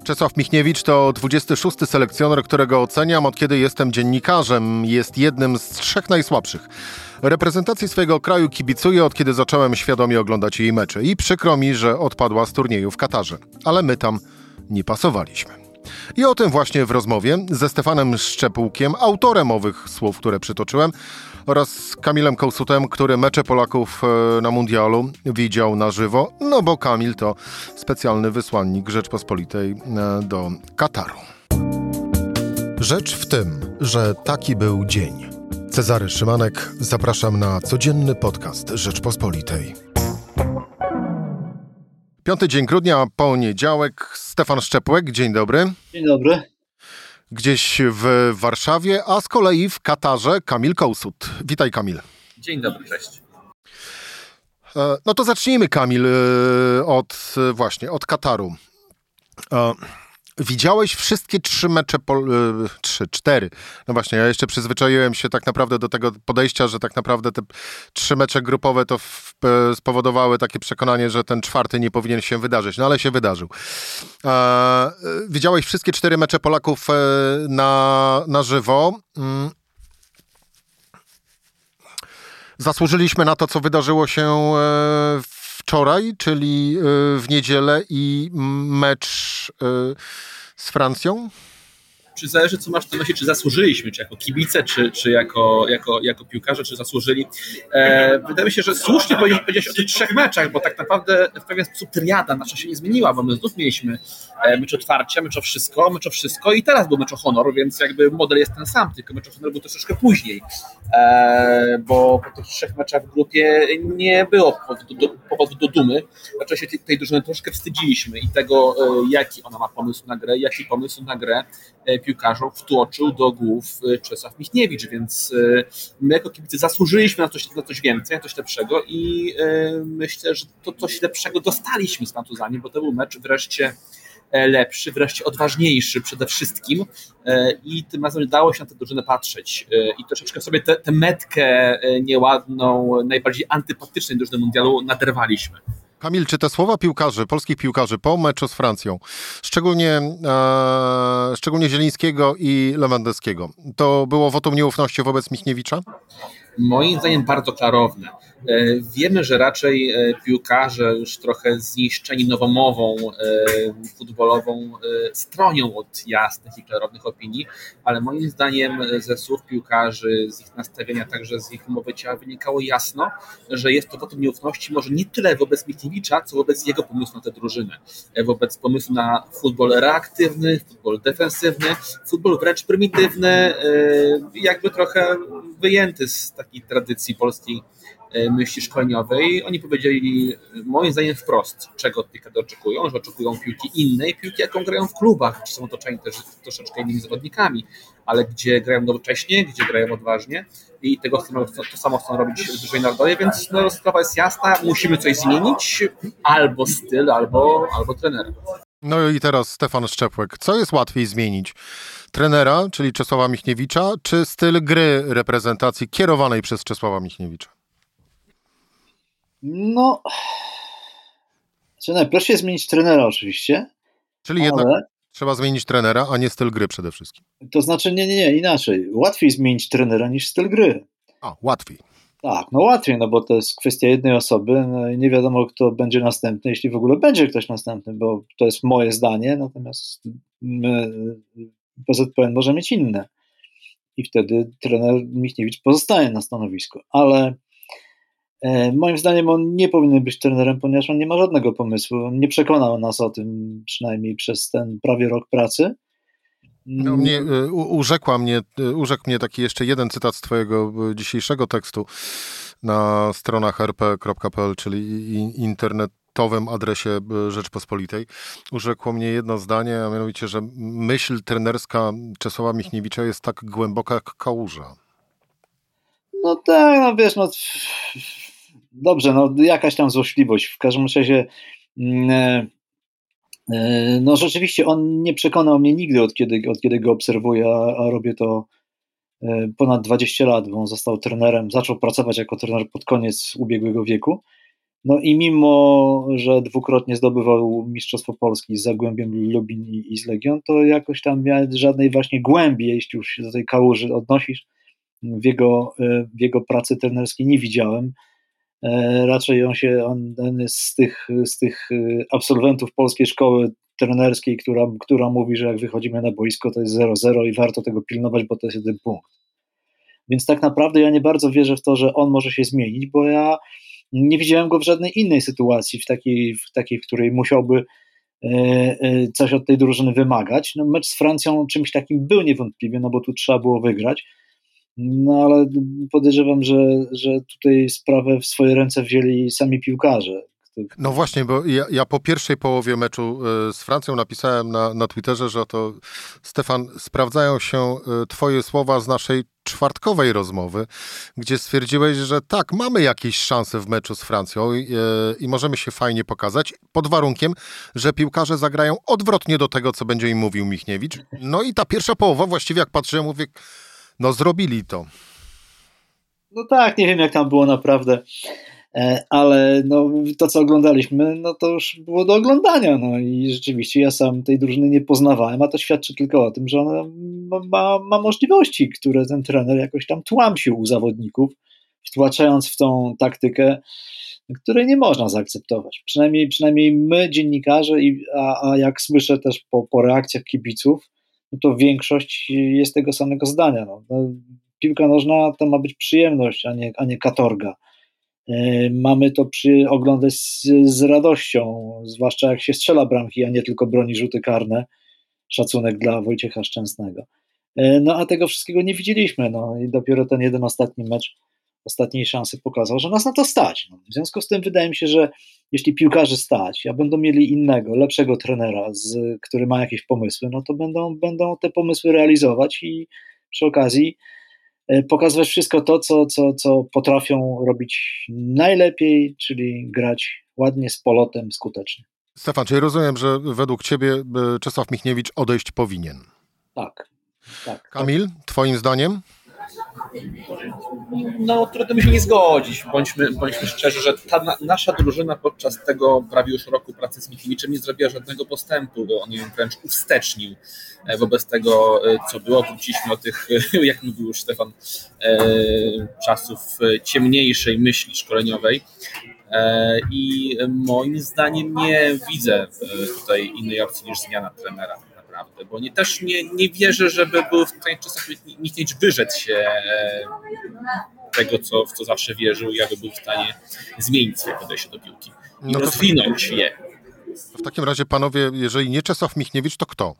Czesław Michniewicz to 26. selekcjoner, którego oceniam od kiedy jestem dziennikarzem. Jest jednym z 3 najsłabszych. Reprezentacji swojego kraju kibicuję od kiedy zacząłem świadomie oglądać jej mecze. I przykro mi, że odpadła z turnieju w Katarze. Ale my tam nie pasowaliśmy. I o tym właśnie w rozmowie ze Stefanem Szczepłkiem, autorem owych słów, które przytoczyłem, oraz Kamilem Kołsutem, który mecze Polaków na mundialu widział na żywo, no bo Kamil to specjalny wysłannik Rzeczpospolitej do Kataru. Rzecz w tym, że taki był dzień. Cezary Szymanek, zapraszam na codzienny podcast Rzeczpospolitej. 5 dzień grudnia, poniedziałek. Stefan Szczepłek, dzień dobry. Dzień dobry. Gdzieś w Warszawie, a z kolei w Katarze Kamil Kołsut. Witaj, Kamil. Dzień dobry, cześć. No to zacznijmy, Kamil, od Kataru. Widziałeś wszystkie 3 mecze, 4. No właśnie, ja jeszcze przyzwyczaiłem się tak naprawdę do tego podejścia, że tak naprawdę te 3 mecze grupowe to spowodowały takie przekonanie, że ten 4 nie powinien się wydarzyć, no ale się wydarzył. Widziałeś wszystkie 4 mecze Polaków na żywo. Zasłużyliśmy na to, co wydarzyło się wczoraj, czyli w niedzielę i mecz z Francją? Czy zależy, co masz na myśli, czy zasłużyliśmy, czy jako kibice, czy jako piłkarze, czy zasłużyli. Wydaje mi się, że słusznie powiedzieć o tych 3 meczach, bo tak naprawdę w pewien sposób triada nasza się nie zmieniła, bo my znów mieliśmy mecz otwarcia, mecz o wszystko i teraz był mecz o honor, więc jakby model jest ten sam, tylko mecz o honor był troszeczkę później, bo po tych 3 meczach w grupie nie było powodu do dumy. Raczej się tej drużyny troszkę wstydziliśmy i tego, jaki ona ma pomysł na grę, jaki pomysł na grę piłkarzom wtłoczył do głów Czesław Michniewicz, więc my jako kibice zasłużyliśmy na coś więcej, na coś lepszego i myślę, że to coś lepszego dostaliśmy z Francuzami, bo to był mecz wreszcie lepszy, wreszcie odważniejszy przede wszystkim i tym razem dało się na tę drużynę patrzeć i troszeczkę sobie tę metkę nieładną, najbardziej antypatycznej drużyny mundialu naderwaliśmy. Kamil, czy te słowa piłkarzy, polskich piłkarzy po meczu z Francją, szczególnie Zielińskiego i Lewandowskiego, to było wotum nieufności wobec Michniewicza? Moim zdaniem bardzo klarowne. Wiemy, że raczej piłkarze już trochę zniszczeni nowomową futbolową stronią od jasnych i klarownych opinii, ale moim zdaniem ze słów piłkarzy, z ich nastawienia, także z ich mowy ciała wynikało jasno, że jest to wotum nieufności może nie tyle wobec Michniewicza, co wobec jego pomysłu na tę drużynę. Wobec pomysłu na futbol reaktywny, futbol defensywny, futbol wręcz prymitywny, jakby trochę wyjęty z takiej tradycji polskiej myśli szkoleniowej. Oni powiedzieli, moim zdaniem wprost, czego od tych kadr oczekują, że oczekują piłki innej, piłki jaką grają w klubach, gdzie są otoczeni też troszeczkę innymi zawodnikami, ale gdzie grają nowocześnie, gdzie grają odważnie i to samo chcą robić w drużynie narodowej, więc sprawa jest jasna, musimy coś zmienić, albo styl, albo trenera. No i teraz Stefan Szczepłek. Co jest łatwiej zmienić? Trenera, czyli Czesława Michniewicza, czy styl gry reprezentacji kierowanej przez Czesława Michniewicza? No, najprościej jest zmienić trenera oczywiście. Czyli jednak trzeba zmienić trenera, a nie styl gry przede wszystkim. To znaczy nie, inaczej. Łatwiej zmienić trenera niż styl gry. Łatwiej. Tak, łatwiej, bo to jest kwestia jednej osoby, i nie wiadomo, kto będzie następny, jeśli w ogóle będzie ktoś następny, bo to jest moje zdanie, natomiast PZPN może mieć inne. I wtedy trener Michniewicz pozostaje na stanowisku, ale moim zdaniem on nie powinien być trenerem, ponieważ on nie ma żadnego pomysłu. On nie przekonał nas o tym, przynajmniej przez ten prawie rok pracy. No, urzekł mnie taki jeszcze jeden cytat z twojego dzisiejszego tekstu na stronach rp.pl, czyli internetowym adresie Rzeczpospolitej. Urzekło mnie jedno zdanie, a mianowicie, że myśl trenerska Czesława Michniewicza jest tak głęboka jak kałuża. No tak, wiesz, dobrze, jakaś tam złośliwość. W każdym razie rzeczywiście on nie przekonał mnie nigdy od kiedy go obserwuję, a robię to ponad 20 lat, bo on został trenerem, zaczął pracować jako trener pod koniec ubiegłego wieku No i mimo, że dwukrotnie zdobywał Mistrzostwo Polski z Zagłębiem Lubin i z Legią, to jakoś tam żadnej właśnie głębi, jeśli już się do tej kałuży odnosisz, w jego pracy trenerskiej nie widziałem. Raczej on jest z tych absolwentów polskiej szkoły trenerskiej, która mówi, że jak wychodzimy na boisko, to jest 0-0 i warto tego pilnować, bo to jest 1 punkt. Więc tak naprawdę ja nie bardzo wierzę w to, że on może się zmienić, bo ja nie widziałem go w żadnej innej sytuacji, w której musiałby coś od tej drużyny wymagać. No, mecz z Francją czymś takim był niewątpliwie, no bo tu trzeba było wygrać. No ale podejrzewam, że tutaj sprawę w swoje ręce wzięli sami piłkarze. No właśnie, bo ja po pierwszej połowie meczu z Francją napisałem na Twitterze, że to Stefan, sprawdzają się twoje słowa z naszej czwartkowej rozmowy, gdzie stwierdziłeś, że tak, mamy jakieś szanse w meczu z Francją i możemy się fajnie pokazać, pod warunkiem, że piłkarze zagrają odwrotnie do tego, co będzie im mówił Michniewicz. No i ta pierwsza połowa, właściwie jak patrzyłem, mówię, no zrobili to. No tak, nie wiem jak tam było naprawdę, ale no, to co oglądaliśmy, no to już było do oglądania, no i rzeczywiście ja sam tej drużyny nie poznawałem, a to świadczy tylko o tym, że ona ma możliwości, które ten trener jakoś tam tłamsił u zawodników, wtłaczając w tą taktykę, której nie można zaakceptować. Przynajmniej my, dziennikarze, a jak słyszę też po reakcjach kibiców, no to większość jest tego samego zdania. No, piłka nożna to ma być przyjemność, a nie katorga. Mamy to oglądać z radością, zwłaszcza jak się strzela bramki, a nie tylko broni rzuty karne. Szacunek dla Wojciecha Szczęsnego. No a tego wszystkiego nie widzieliśmy. No i dopiero ten jeden ostatni mecz ostatniej szansy pokazał, że nas na to stać. No, w związku z tym wydaje mi się, że jeśli piłkarzy stać, a będą mieli innego, lepszego trenera, który ma jakieś pomysły, no to będą te pomysły realizować i przy okazji pokazywać wszystko to, co potrafią robić najlepiej, czyli grać ładnie, z polotem, skutecznie. Stefan, czyli rozumiem, że według ciebie Czesław Michniewicz odejść powinien? Tak. Kamil, twoim zdaniem? No, trudno mi się nie zgodzić. Bądźmy szczerzy, że ta nasza drużyna podczas tego prawie już roku pracy z Michniewiczem nie zrobiła żadnego postępu, bo on ją wręcz uwstecznił wobec tego, co było. Wróciliśmy do tych, jak mówił już Stefan, czasów ciemniejszej myśli szkoleniowej. I moim zdaniem nie widzę tutaj innej opcji niż zmiana trenera. Bo też nie wierzę, żeby był w stanie czasami Michniewicz wyrzec się tego, w co zawsze wierzył, i aby był w stanie zmienić swoje podejście do piłki i rozwinąć je. W takim razie, panowie, jeżeli nie Czesław Michniewicz, to kto?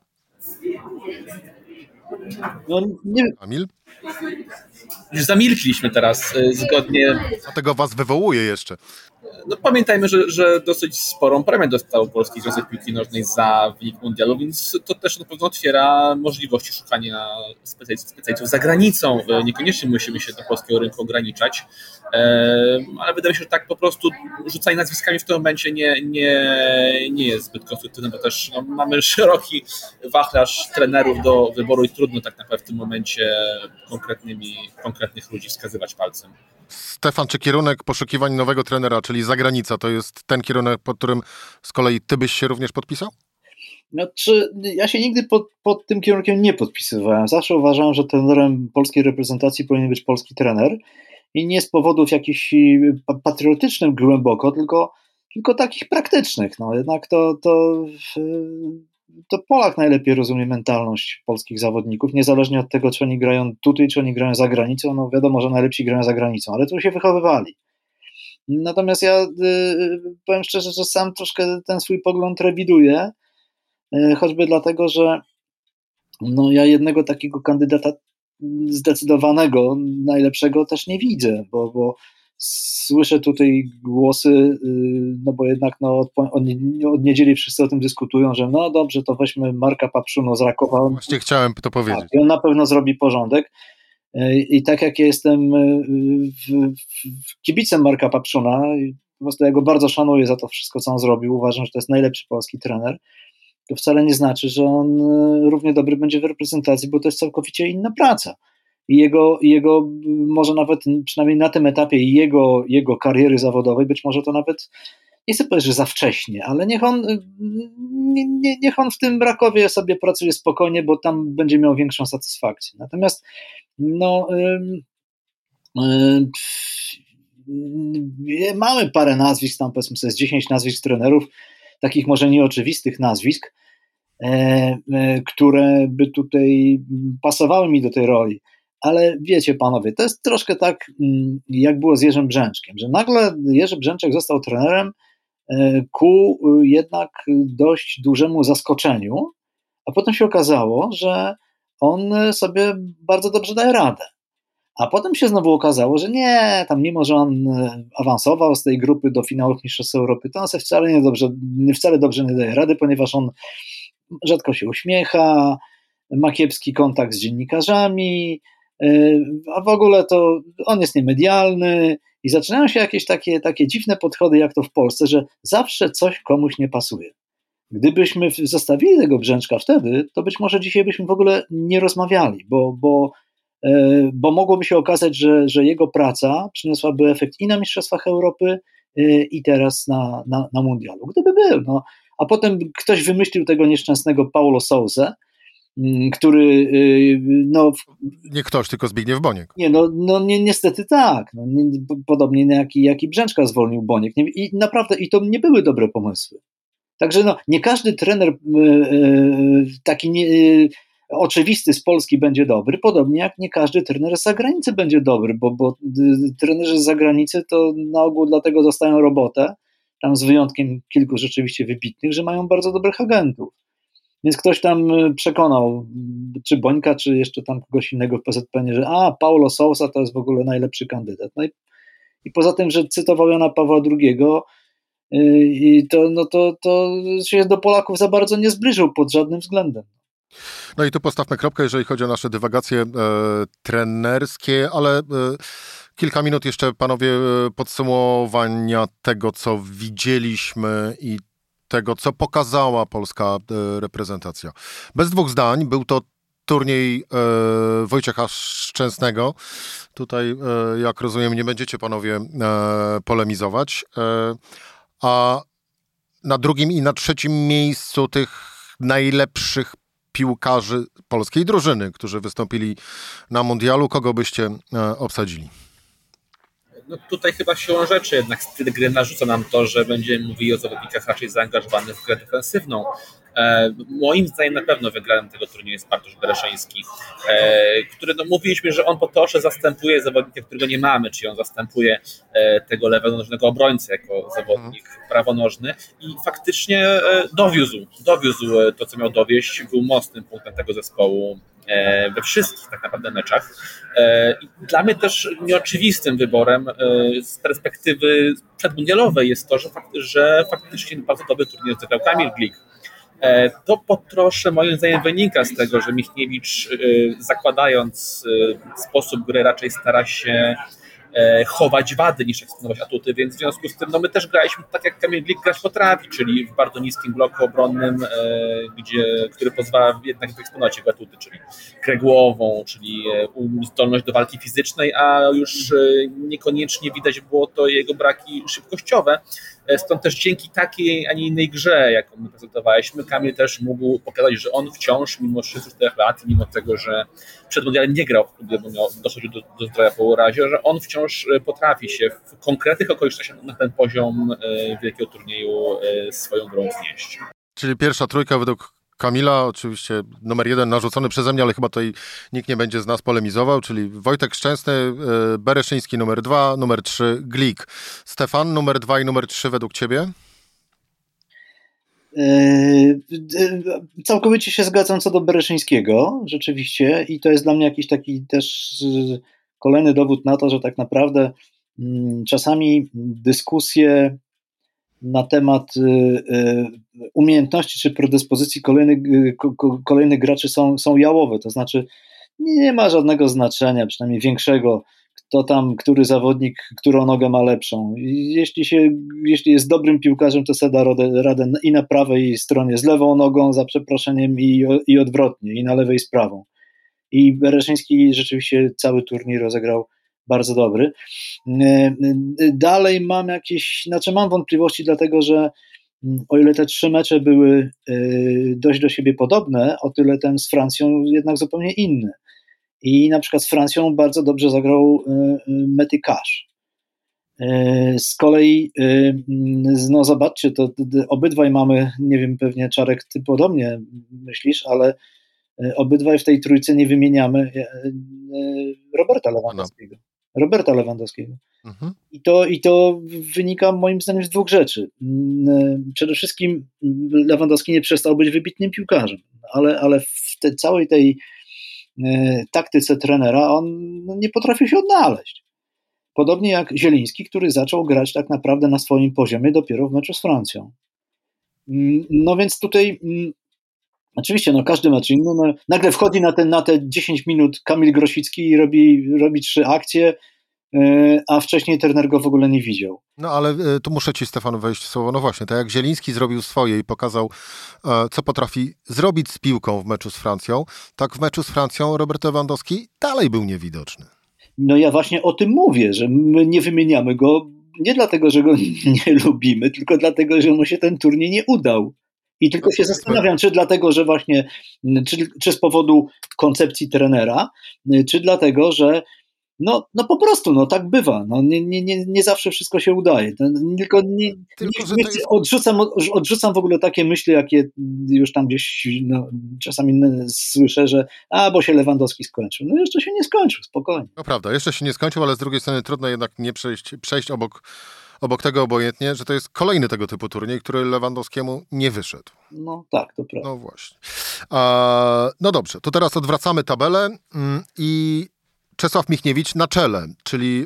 No, nie... Kamil? Już zamilkliśmy teraz zgodnie. Dlatego was wywołuję jeszcze. No, pamiętajmy, że dosyć sporą premię dostał Polski Związek Piłki Nożnej za wynik mundialu, więc to też na pewno otwiera możliwości szukania specjalistów za granicą. Niekoniecznie musimy się do polskiego rynku ograniczać, ale wydaje mi się, że tak po prostu rzucanie nazwiskami w tym momencie nie jest zbyt konstruktywne, bo też mamy szeroki wachlarz trenerów do wyboru i trudno tak naprawdę w tym momencie konkretnych ludzi wskazywać palcem. Stefan, czy kierunek poszukiwań nowego trenera, czyli zagranica, to jest ten kierunek, pod którym z kolei ty byś się również podpisał? Ja się nigdy pod tym kierunkiem nie podpisywałem. Zawsze uważałem, że trenerem polskiej reprezentacji powinien być polski trener i nie z powodów jakichś patriotycznych głęboko, tylko takich praktycznych. No, jednak to Polak najlepiej rozumie mentalność polskich zawodników, niezależnie od tego, czy oni grają tutaj, czy oni grają za granicą. No wiadomo, że najlepsi grają za granicą, ale tu się wychowywali. Natomiast ja powiem szczerze, że sam troszkę ten swój pogląd rewiduję, choćby dlatego, że no ja jednego takiego kandydata zdecydowanego, najlepszego też nie widzę, bo słyszę tutaj głosy, no bo jednak od niedzieli wszyscy o tym dyskutują, że no dobrze, to weźmy Marka Papszuno z Rakowa. Właśnie chciałem to powiedzieć. Tak, i on na pewno zrobi porządek. I tak jak ja jestem kibicem Marka Papszuna, po prostu ja go bardzo szanuję za to wszystko, co on zrobił, uważam, że to jest najlepszy polski trener, to wcale nie znaczy, że on równie dobry będzie w reprezentacji, bo to jest całkowicie inna praca. i jego może nawet przynajmniej na tym etapie jego kariery zawodowej, być może to nawet, nie chcę powiedzieć, że za wcześnie, ale niech on w tym Rakowie sobie pracuje spokojnie, bo tam będzie miał większą satysfakcję. Natomiast mamy parę nazwisk, tam powiedzmy sobie z 10 nazwisk trenerów, takich może nieoczywistych nazwisk, które by tutaj pasowały mi do tej roli. Ale wiecie panowie, to jest troszkę tak, jak było z Jerzym Brzęczkiem, że nagle Jerzy Brzęczek został trenerem ku jednak dość dużemu zaskoczeniu, a potem się okazało, że on sobie bardzo dobrze daje radę. A potem się znowu okazało, że nie, tam mimo, że on awansował z tej grupy do finałów Mistrzostw Europy, to on sobie wcale dobrze nie daje rady, ponieważ on rzadko się uśmiecha, ma kiepski kontakt z dziennikarzami, a w ogóle to on jest niemedialny i zaczynają się jakieś takie dziwne podchody jak to w Polsce, że zawsze coś komuś nie pasuje. Gdybyśmy zostawili tego Brzęczka wtedy, to być może dzisiaj byśmy w ogóle nie rozmawiali, bo mogłoby się okazać, że jego praca przyniosłaby efekt i na Mistrzostwach Europy, i teraz na Mundialu. Gdyby był. No. A potem ktoś wymyślił tego nieszczęsnego Paulo Sousę, który nie ktoś, tylko Zbigniew Boniek. Niestety tak. Podobnie jak i Brzęczka zwolnił Boniek. I naprawdę, i to nie były dobre pomysły. Także nie każdy trener taki oczywisty z Polski będzie dobry, podobnie jak nie każdy trener z zagranicy będzie dobry, bo trenerzy z zagranicy to na ogół dlatego dostają robotę, tam z wyjątkiem kilku rzeczywiście wybitnych, że mają bardzo dobrych agentów. Więc ktoś tam przekonał, czy Bońka, czy jeszcze tam kogoś innego w PZPN, że Paulo Sousa to jest w ogóle najlepszy kandydat. No i poza tym, że cytował Jana Pawła II, to się do Polaków za bardzo nie zbliżył pod żadnym względem. No i tu postawmy kropkę, jeżeli chodzi o nasze dywagacje trenerskie, ale kilka minut jeszcze, panowie, podsumowania tego, co widzieliśmy i tego, co pokazała polska reprezentacja. Bez dwóch zdań był to turniej Wojciecha Szczęsnego. Tutaj, jak rozumiem, nie będziecie panowie polemizować. A na drugim i na trzecim miejscu tych najlepszych piłkarzy polskiej drużyny, którzy wystąpili na mundialu, kogo byście obsadzili? No tutaj chyba siłą rzeczy jednak styl gry narzuca nam to, że będziemy mówili o zawodnikach raczej zaangażowanych w grę defensywną. Moim zdaniem na pewno wygranym tego turnieju jest Bartosz Bereszyński, który mówiliśmy, że on po tosze zastępuje zawodnika, którego nie mamy, czyli on zastępuje tego lewonożnego obrońcę jako zawodnik prawonożny i faktycznie dowiózł to, co miał dowieść, był mocnym punktem tego zespołu we wszystkich tak naprawdę meczach. Dla mnie też nieoczywistym wyborem z perspektywy przedmundialowej jest to, że faktycznie bardzo dobry turniej zagrał Kamil Glik. To po trosze moim zdaniem wynika z tego, że Michniewicz, zakładając sposób gry, raczej stara się chować wady niż eksponować atuty, więc w związku z tym my też graliśmy tak, jak Kamil Glik grać potrafi, czyli w bardzo niskim bloku obronnym, który pozwala jednak wyeksponować jego atuty, czyli grę głową, czyli zdolność do walki fizycznej, a już niekoniecznie widać było to jego braki szybkościowe. Stąd też dzięki takiej, a nie innej grze, jaką my prezentowaliśmy, Kamil też mógł pokazać, że on wciąż, mimo 34 lat, mimo tego, że przed mundialem nie grał w klubie, bo dochodził do zdrowia po urazie, że on wciąż potrafi się w konkretnych okolicznościach na ten poziom wielkiego turnieju swoją grą wnieść. Czyli pierwsza trójka według Kamila, oczywiście numer 1 narzucony przeze mnie, ale chyba tutaj nikt nie będzie z nas polemizował, czyli Wojtek Szczęsny, Bereszyński numer 2, numer 3 Glik. Stefan, numer 2 i numer 3 według ciebie? Całkowicie się zgadzam co do Bereszyńskiego, rzeczywiście, i to jest dla mnie jakiś taki też kolejny dowód na to, że tak naprawdę czasami dyskusje na temat umiejętności czy predyspozycji kolejnych graczy są jałowe, to znaczy nie ma żadnego znaczenia, przynajmniej większego, kto tam, który zawodnik, którą nogę ma lepszą. Jeśli jest dobrym piłkarzem, to sobie da radę i na prawej stronie z lewą nogą, za przeproszeniem, i odwrotnie, i na lewej z prawą. i Bereszyński rzeczywiście cały turniej rozegrał bardzo dobry. Dalej mam wątpliwości, dlatego że o ile te 3 mecze były dość do siebie podobne, o tyle ten z Francją jednak zupełnie inny. I na przykład z Francją bardzo dobrze zagrał Matty Cash. Z kolei, no zobaczcie, to obydwaj mamy, nie wiem, pewnie Czarek, ty podobnie myślisz, ale obydwaj w tej trójce nie wymieniamy Roberta Lewandowskiego. Mhm. I to wynika moim zdaniem z 2 rzeczy. Przede wszystkim Lewandowski nie przestał być wybitnym piłkarzem, ale w całej tej taktyce trenera on nie potrafił się odnaleźć. Podobnie jak Zieliński, który zaczął grać tak naprawdę na swoim poziomie dopiero w meczu z Francją. No więc tutaj oczywiście, każdy mecz inny. Nagle wchodzi na te 10 minut Kamil Grosicki i robi 3 akcje, a wcześniej trener go w ogóle nie widział. No ale tu muszę ci, Stefan, wejść w słowo. No właśnie, tak jak Zieliński zrobił swoje i pokazał, co potrafi zrobić z piłką w meczu z Francją, tak w meczu z Francją Robert Lewandowski dalej był niewidoczny. No ja właśnie o tym mówię, że my nie wymieniamy go nie dlatego, że go nie lubimy, tylko dlatego, że mu się ten turniej nie udał. I tylko się zastanawiam, czy dlatego, że właśnie, czy z powodu koncepcji trenera, czy dlatego, że no po prostu, tak bywa. Nie zawsze wszystko się udaje. Odrzucam w ogóle takie myśli, jakie już tam gdzieś czasami słyszę, że bo się Lewandowski skończył. No jeszcze się nie skończył, spokojnie. No prawda, jeszcze się nie skończył, ale z drugiej strony trudno jednak nie przejść obok tego obojętnie, że to jest kolejny tego typu turniej, który Lewandowskiemu nie wyszedł. No tak, to prawda. No właśnie. No dobrze, to teraz odwracamy tabelę i Czesław Michniewicz na czele, czyli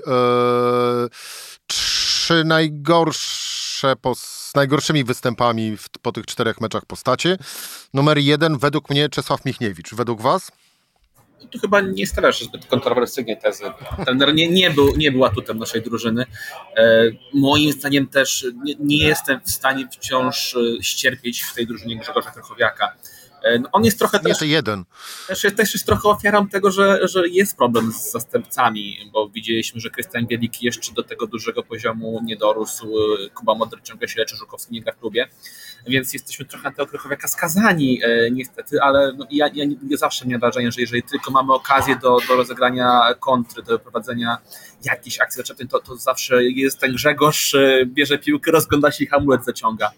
3 najgorsze z najgorszymi występami po tych 4 meczach postacie. Numer 1 według mnie Czesław Michniewicz. Według was? Tu chyba nie stawiasz zbyt kontrowersyjnie tezy. Trener nie był atutem naszej drużyny. Moim zdaniem też nie jestem w stanie wciąż ścierpieć w tej drużynie Grzegorza Krychowiaka. On jest trochę też jest trochę ofiarą tego, że jest problem z zastępcami, bo widzieliśmy, że Krystian Bielik jeszcze do tego dużego poziomu nie dorósł, Kuba Modry ciągle się leczy, Żukowski nie gra w klubie, więc jesteśmy trochę na tego Krychowiaka skazani niestety, ale ja zawsze miałem wrażenie, że jeżeli tylko mamy okazję do rozegrania kontry, do prowadzenia jakiejś akcji zaczepnej, to zawsze jest ten Grzegorz, bierze piłkę, rozgląda się i hamulec zaciąga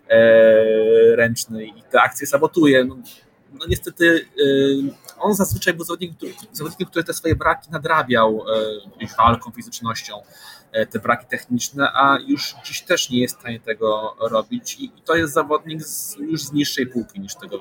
ręczny i te akcje sabotuje. No niestety on zazwyczaj był zawodnikiem, który te swoje braki nadrabiał walką, fizycznością, te braki techniczne, a już dziś też nie jest w stanie tego robić i to jest zawodnik już z niższej półki niż tego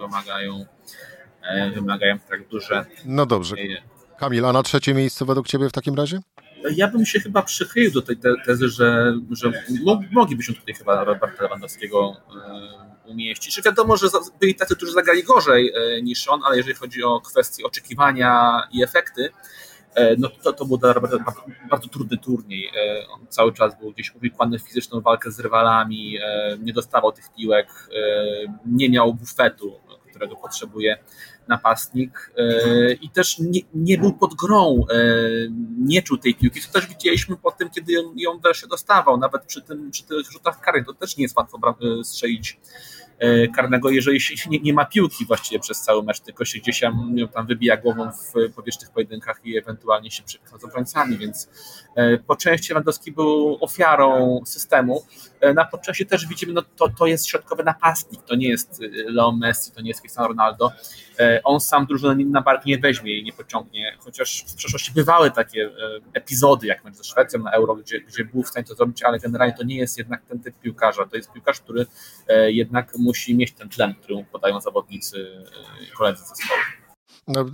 wymagają tak duże. No dobrze. Kamil, a na 3. miejsce według ciebie w takim razie? Ja bym się chyba przychylił do tej tezy, że moglibyśmy tutaj chyba Roberta Lewandowskiego umieścić. Wiadomo, że byli tacy, którzy zagrali gorzej niż on, ale jeżeli chodzi o kwestie oczekiwania i efekty, no to był dla Roberta bardzo trudny turniej. On cały czas był gdzieś uwikłany w fizyczną walkę z rywalami, nie dostawał tych piłek, nie miał bufetu, którego potrzebuje napastnik i też nie był pod grą, nie czuł tej piłki, co też widzieliśmy po tym, kiedy ją wreszcie dostawał, nawet przy tych rzutach karnych, to też nie jest łatwo strzelić karnego, jeżeli się nie ma piłki właściwie przez cały mecz, tylko się gdzieś tam wybija głową w powierzchnych pojedynkach i ewentualnie się przepycha z obrońcami, więc po części Lewandowski był ofiarą systemu. Na po części też widzimy, to jest środkowy napastnik, to nie jest Leo Messi, to nie jest Cristiano Ronaldo. On sam drużynę na bark nie weźmie i nie pociągnie, chociaż w przeszłości bywały takie epizody, jak mecz ze Szwecją na Euro, gdzie był w stanie to zrobić, ale generalnie to nie jest jednak ten typ piłkarza. To jest piłkarz, który jednak musi mieć ten tlen, który mu podają zawodnicy, koledzy zespołu. No,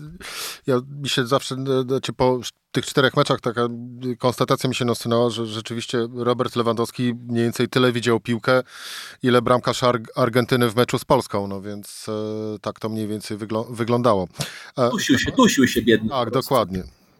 mi się zawsze, po tych 4 meczach taka konstatacja mi się nasunęła, że rzeczywiście Robert Lewandowski mniej więcej tyle widział piłkę, ile bramkarz Argentyny w meczu z Polską, no więc tak to mniej więcej wyglądało. Dusił się biedny. Tak, dokładnie.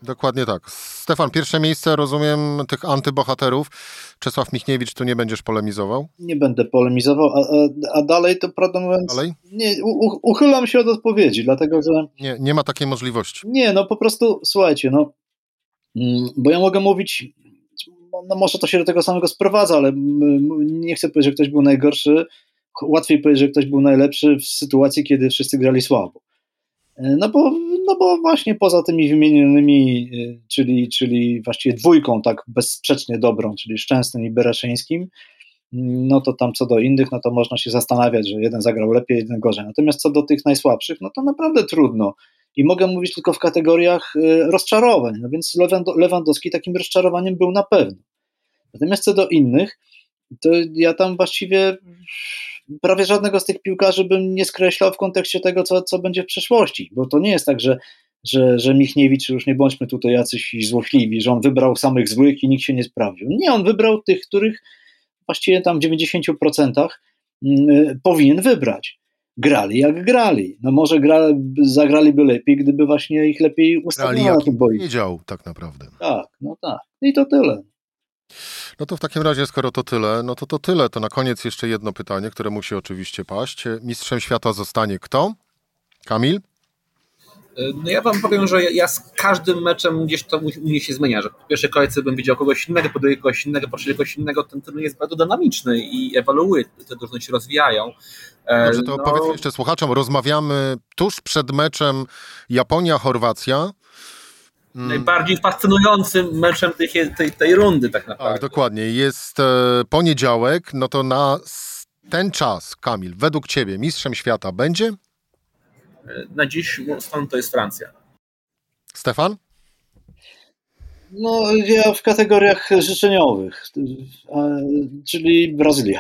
Dokładnie tak. Stefan, pierwsze miejsce, rozumiem, tych antybohaterów. Czesław Michniewicz, tu nie będziesz polemizował? Nie będę polemizował, a dalej to, prawdę mówiąc, Dalej? Nie, uchylam się od odpowiedzi, dlatego że... Nie ma takiej możliwości. Nie, no po prostu, słuchajcie, no, bo ja mogę mówić, no może to się do tego samego sprowadza, ale nie chcę powiedzieć, że ktoś był najgorszy, łatwiej powiedzieć, że ktoś był najlepszy w sytuacji, kiedy wszyscy grali słabo. No bo właśnie poza tymi wymienionymi, czyli właściwie dwójką tak bezsprzecznie dobrą, czyli Szczęsnym i Bereszyńskim, no to tam co do innych, no to można się zastanawiać, że jeden zagrał lepiej, jeden gorzej. Natomiast co do tych najsłabszych, no to naprawdę trudno. I mogę mówić tylko w kategoriach rozczarowań. No więc Lewandowski takim rozczarowaniem był na pewno. Natomiast co do innych, to ja tam właściwie prawie żadnego z tych piłkarzy bym nie skreślał w kontekście tego, co będzie w przyszłości. Bo to nie jest tak, że Michniewicz, już nie bądźmy tutaj jacyś złośliwi, że on wybrał samych złych i nikt się nie sprawdził. Nie, on wybrał tych, których właściwie tam w 90% powinien wybrać. Grali jak grali. No może zagraliby lepiej, gdyby właśnie ich lepiej ustawiono na tym boisku. Wiedział tak naprawdę. Tak, no tak. I to tyle. No to w takim razie, skoro to tyle, no to tyle. To na koniec jeszcze jedno pytanie, które musi oczywiście paść. Mistrzem świata zostanie kto? Kamil? No ja wam powiem, że ja z każdym meczem gdzieś to u mnie się zmienia, że po pierwszej kolejce bym widział kogoś innego, po drugiej kogoś innego, po trzeciej kogoś innego. Ten turniej jest bardzo dynamiczny i ewoluuje, te drużyny się rozwijają. Dobrze, to powiedzmy jeszcze słuchaczom, rozmawiamy tuż przed meczem Japonia-Chorwacja. Najbardziej fascynującym meczem tej rundy tak naprawdę. Tak, dokładnie. Jest poniedziałek, no to na ten czas, Kamil, według ciebie mistrzem świata będzie? Na dziś stan to jest Francja. Stefan? No ja w kategoriach życzeniowych, czyli Brazylia.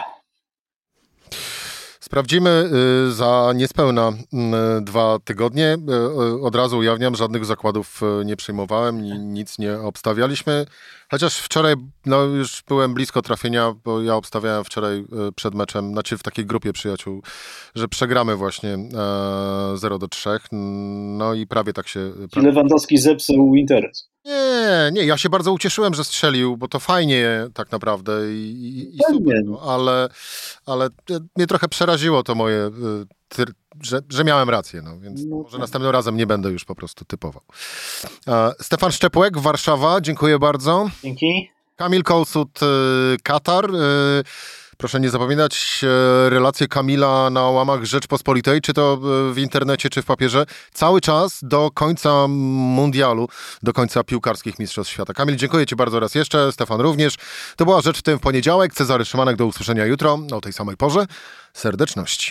Sprawdzimy za niespełna 2 tygodnie. Od razu ujawniam, żadnych zakładów nie przyjmowałem, nic nie obstawialiśmy. Chociaż wczoraj już byłem blisko trafienia, bo ja obstawiałem wczoraj przed meczem, znaczy w takiej grupie przyjaciół, że przegramy właśnie 0-3. No i prawie tak się... Lewandowski zepsuł interes. Nie, ja się bardzo ucieszyłem, że strzelił, bo to fajnie tak naprawdę i super, no, ale mnie trochę przeraziło to moje, że miałem rację, no, więc może następnym razem nie będę już po prostu typował. Stefan Szczepłek, Warszawa, dziękuję bardzo. Dzięki. Kamil Kołsut, Katar. Proszę nie zapominać, relacje Kamila na łamach Rzeczpospolitej, czy to w internecie, czy w papierze, cały czas do końca mundialu, do końca piłkarskich mistrzostw świata. Kamil, dziękuję ci bardzo raz jeszcze, Stefan również. To była Rzecz w tym w poniedziałek. Cezary Szymanek, do usłyszenia jutro o tej samej porze. Serdeczności.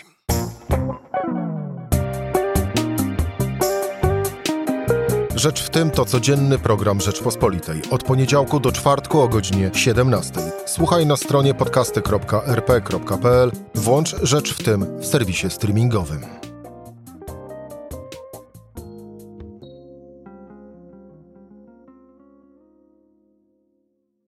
Rzecz w tym to codzienny program Rzeczpospolitej. Od poniedziałku do czwartku o godzinie 17. Słuchaj na stronie podcasty.rp.pl. Włącz Rzecz w tym w serwisie streamingowym.